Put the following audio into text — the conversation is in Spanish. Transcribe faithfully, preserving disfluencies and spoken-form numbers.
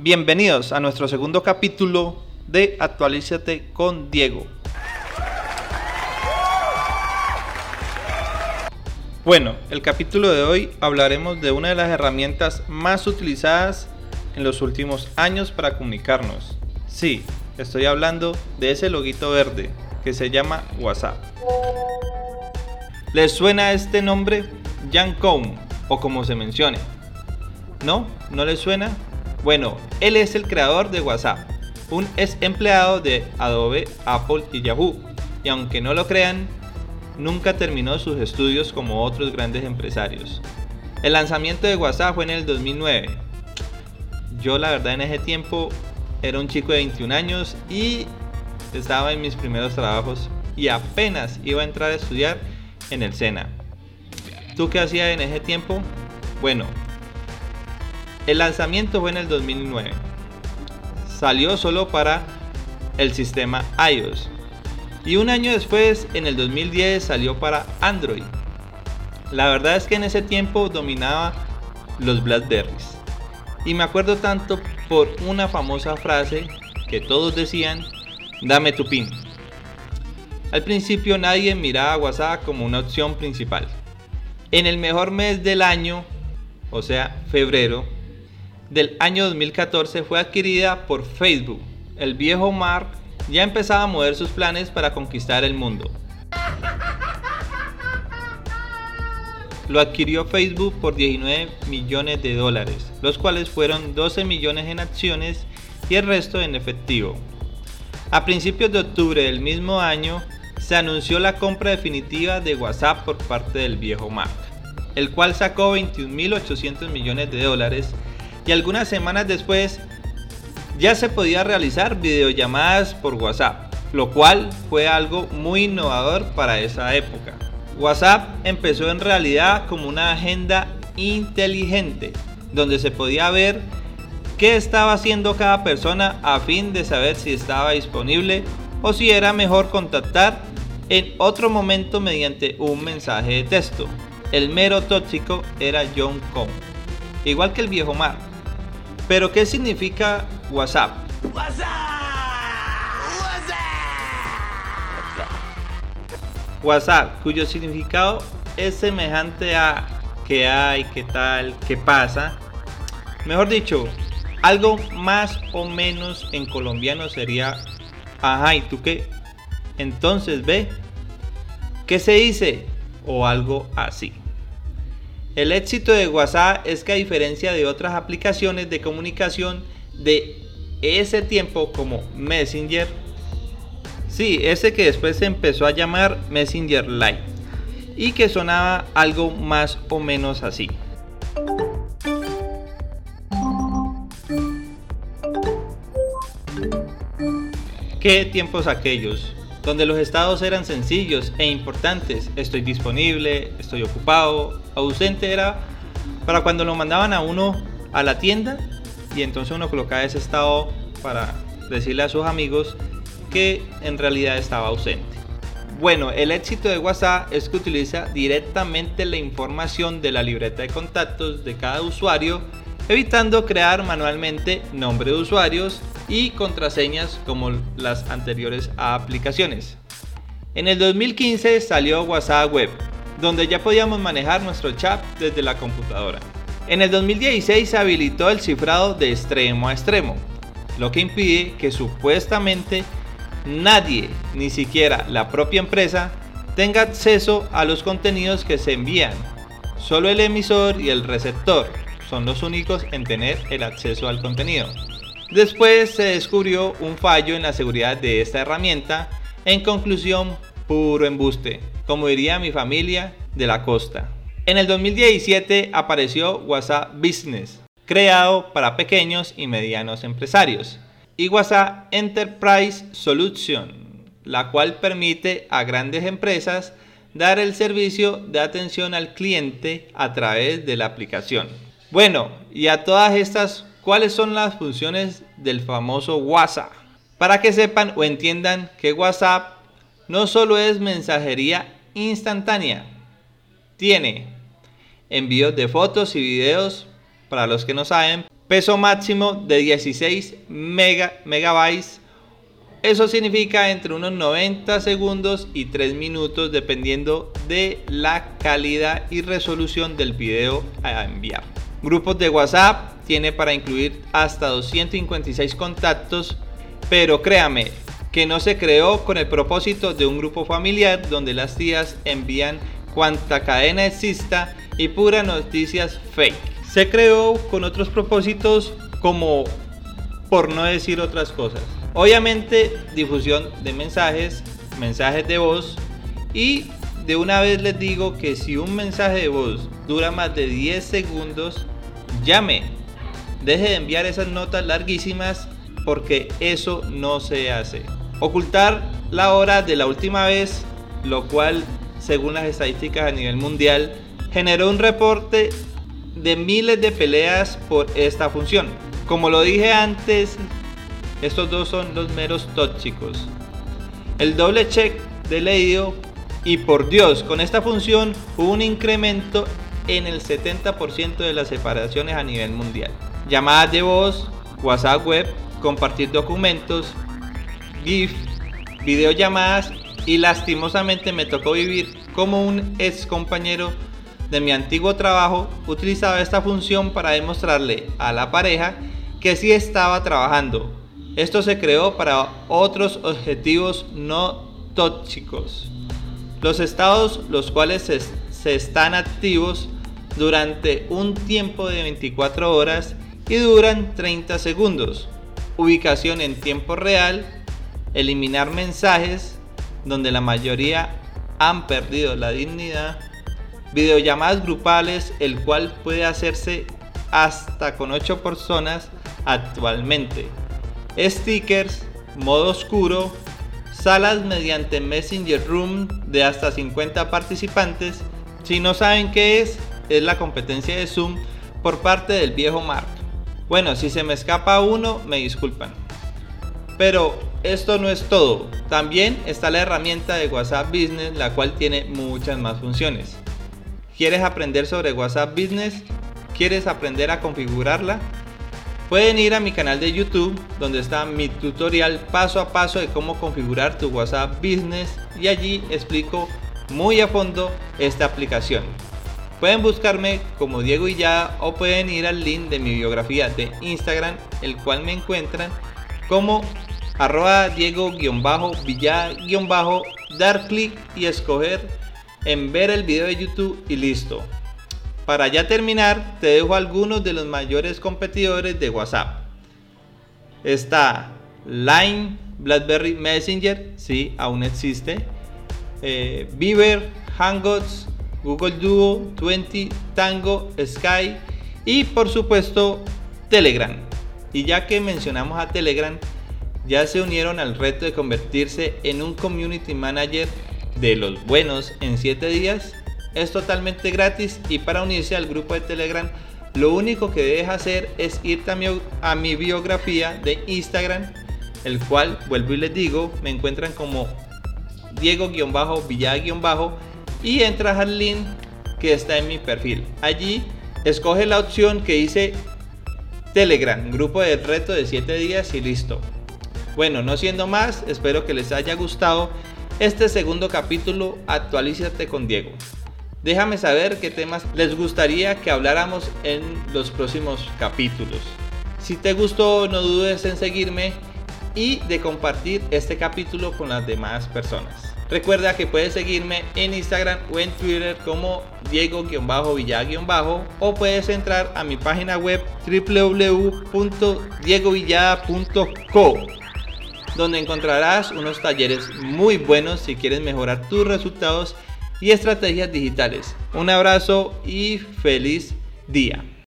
Bienvenidos a nuestro segundo capítulo de Actualízate con Diego. Bueno, el capítulo de hoy hablaremos de una de las herramientas más utilizadas en los últimos años para comunicarnos. Sí, estoy hablando de ese loguito verde que se llama WhatsApp. ¿Les suena este nombre? Jan Koum, o como se mencione. ¿No? ¿No les suena? Bueno, él es el creador de WhatsApp, un ex empleado de Adobe, Apple y Yahoo, y aunque no lo crean, nunca terminó sus estudios como otros grandes empresarios. El lanzamiento de WhatsApp fue en el dos mil nueve. Yo la verdad en ese tiempo era un chico de veintiún años y estaba en mis primeros trabajos y apenas iba a entrar a estudiar en el SENA. ¿Tú qué hacías en ese tiempo? Bueno, el lanzamiento fue en el dos mil nueve. Salió solo para el sistema iOS. Y un año después, en el dos mil diez, salió para Android. La verdad es que en ese tiempo dominaba los Blackberries. Y me acuerdo tanto por una famosa frase que todos decían: dame tu PIN. Al principio nadie miraba a WhatsApp como una opción principal. En el mejor mes del año, o sea, febrero, del año dos mil catorce fue adquirida por Facebook. El viejo Mark ya empezaba a mover sus planes para conquistar el mundo. Lo adquirió Facebook por diecinueve millones de dólares, los cuales fueron doce millones en acciones y el resto en efectivo. A principios de octubre del mismo año se anunció la compra definitiva de WhatsApp por parte del viejo Mark, el cual sacó veintiún mil ochocientos millones de dólares, y algunas semanas después ya se podía realizar videollamadas por WhatsApp, lo cual fue algo muy innovador para esa época. WhatsApp empezó en realidad como una agenda inteligente, donde se podía ver qué estaba haciendo cada persona a fin de saber si estaba disponible o si era mejor contactar en otro momento mediante un mensaje de texto. El mero tóxico era Jan Koum, igual que el viejo Mark. Pero ¿qué significa WhatsApp? WhatsApp. WhatsApp, cuyo significado es semejante a qué hay, qué tal, qué pasa. Mejor dicho, algo más o menos en colombiano sería: ajá, ¿y tú qué? Entonces ve, ¿qué se dice? O algo así. El éxito de WhatsApp es que, a diferencia de otras aplicaciones de comunicación de ese tiempo como Messenger, sí, ese que después se empezó a llamar Messenger Lite, y que sonaba algo más o menos así. ¿Qué tiempos aquellos? Donde los estados eran sencillos e importantes. Estoy disponible, estoy ocupado. Ausente era para cuando lo mandaban a uno a la tienda, y entonces uno colocaba ese estado para decirle a sus amigos que en realidad estaba ausente. Bueno, el éxito de WhatsApp es que utiliza directamente la información de la libreta de contactos de cada usuario, evitando crear manualmente nombre de usuarios y contraseñas como las anteriores aplicaciones. En el dos mil quince salió WhatsApp Web, donde ya podíamos manejar nuestro chat desde la computadora. En el dos mil dieciséis se habilitó el cifrado de extremo a extremo, lo que impide que supuestamente nadie, ni siquiera la propia empresa, tenga acceso a los contenidos que se envían. Solo el emisor y el receptor son los únicos en tener el acceso al contenido. Después se descubrió un fallo en la seguridad de esta herramienta. En conclusión, puro embuste, como diría mi familia de la costa. En el dos mil diecisiete apareció WhatsApp Business, creado para pequeños y medianos empresarios, y WhatsApp Enterprise Solution, la cual permite a grandes empresas dar el servicio de atención al cliente a través de la aplicación. Bueno, y a todas estas, ¿cuáles son las funciones del famoso WhatsApp? Para que sepan o entiendan que WhatsApp no solo es mensajería instantánea, tiene envíos de fotos y videos, para los que no saben, peso máximo de dieciséis mega, megabytes. Eso significa entre unos noventa segundos y tres minutos dependiendo de la calidad y resolución del video a enviar. Grupos de WhatsApp tiene para incluir hasta doscientos cincuenta y seis contactos, pero créame que no se creó con el propósito de un grupo familiar donde las tías envían cuanta cadena exista y puras noticias fake. Se creó con otros propósitos, como por no decir otras cosas. Obviamente difusión de mensajes, mensajes de voz, y de una vez les digo que si un mensaje de voz dura más de diez segundos, llame. Deje de enviar esas notas larguísimas porque eso no se hace. Ocultar la hora de la última vez, lo cual según las estadísticas a nivel mundial generó un reporte de miles de peleas por esta función. Como lo dije antes, estos dos son los meros tóxicos. El doble check de leído, y por Dios, con esta función hubo un incremento en el setenta por ciento de las separaciones a nivel mundial. Llamadas de voz, WhatsApp web, compartir documentos, GIF, videollamadas, y lastimosamente me tocó vivir como un ex compañero de mi antiguo trabajo utilizaba esta función para demostrarle a la pareja que sí estaba trabajando. Esto se creó para otros objetivos no tóxicos. Los estados, los cuales se, se están activos durante un tiempo de veinticuatro horas y duran treinta segundos. Ubicación en tiempo real, eliminar mensajes donde la mayoría han perdido la dignidad, videollamadas grupales, el cual puede hacerse hasta con ocho personas actualmente, stickers, modo oscuro, salas mediante Messenger Room de hasta cincuenta participantes. Si no saben qué es, es la competencia de Zoom por parte del viejo Mark. Bueno, si se me escapa uno, me disculpan. Pero esto no es todo. También está la herramienta de WhatsApp Business, la cual tiene muchas más funciones. ¿Quieres aprender sobre WhatsApp Business? ¿Quieres aprender a configurarla? Pueden ir a mi canal de YouTube, donde está mi tutorial paso a paso de cómo configurar tu WhatsApp Business, y allí explico muy a fondo esta aplicación. Pueden buscarme como Diego Villada o pueden ir al link de mi biografía de Instagram, el cual me encuentran como arroba Diego-Villada-, dar clic y escoger en ver el video de YouTube y listo. Para ya terminar, te dejo algunos de los mayores competidores de WhatsApp. Está Line, BlackBerry Messenger, sí, aún existe, eh, Viber, Hangouts, Google Duo, veinte, Tango, Skype y por supuesto Telegram. Y ya que mencionamos a Telegram, ya se unieron al reto de convertirse en un community manager de los buenos en siete días. Es totalmente gratis, y para unirse al grupo de Telegram lo único que debes hacer es irte a mi, a mi biografía de Instagram, el cual, vuelvo y les digo, me encuentran como Diego-Villada- y entras al link que está en mi perfil. Allí escoge la opción que dice Telegram, grupo de reto de siete días y listo. Bueno, no siendo más, espero que les haya gustado este segundo capítulo Actualízate con Diego. Déjame saber qué temas les gustaría que habláramos en los próximos capítulos. Si te gustó, no dudes en seguirme y de compartir este capítulo con las demás personas. Recuerda que puedes seguirme en Instagram o en Twitter como Diego-Villada- o puedes entrar a mi página web doble u doble u doble u punto diego villada punto co, donde encontrarás unos talleres muy buenos si quieres mejorar tus resultados y estrategias digitales. Un abrazo y feliz día.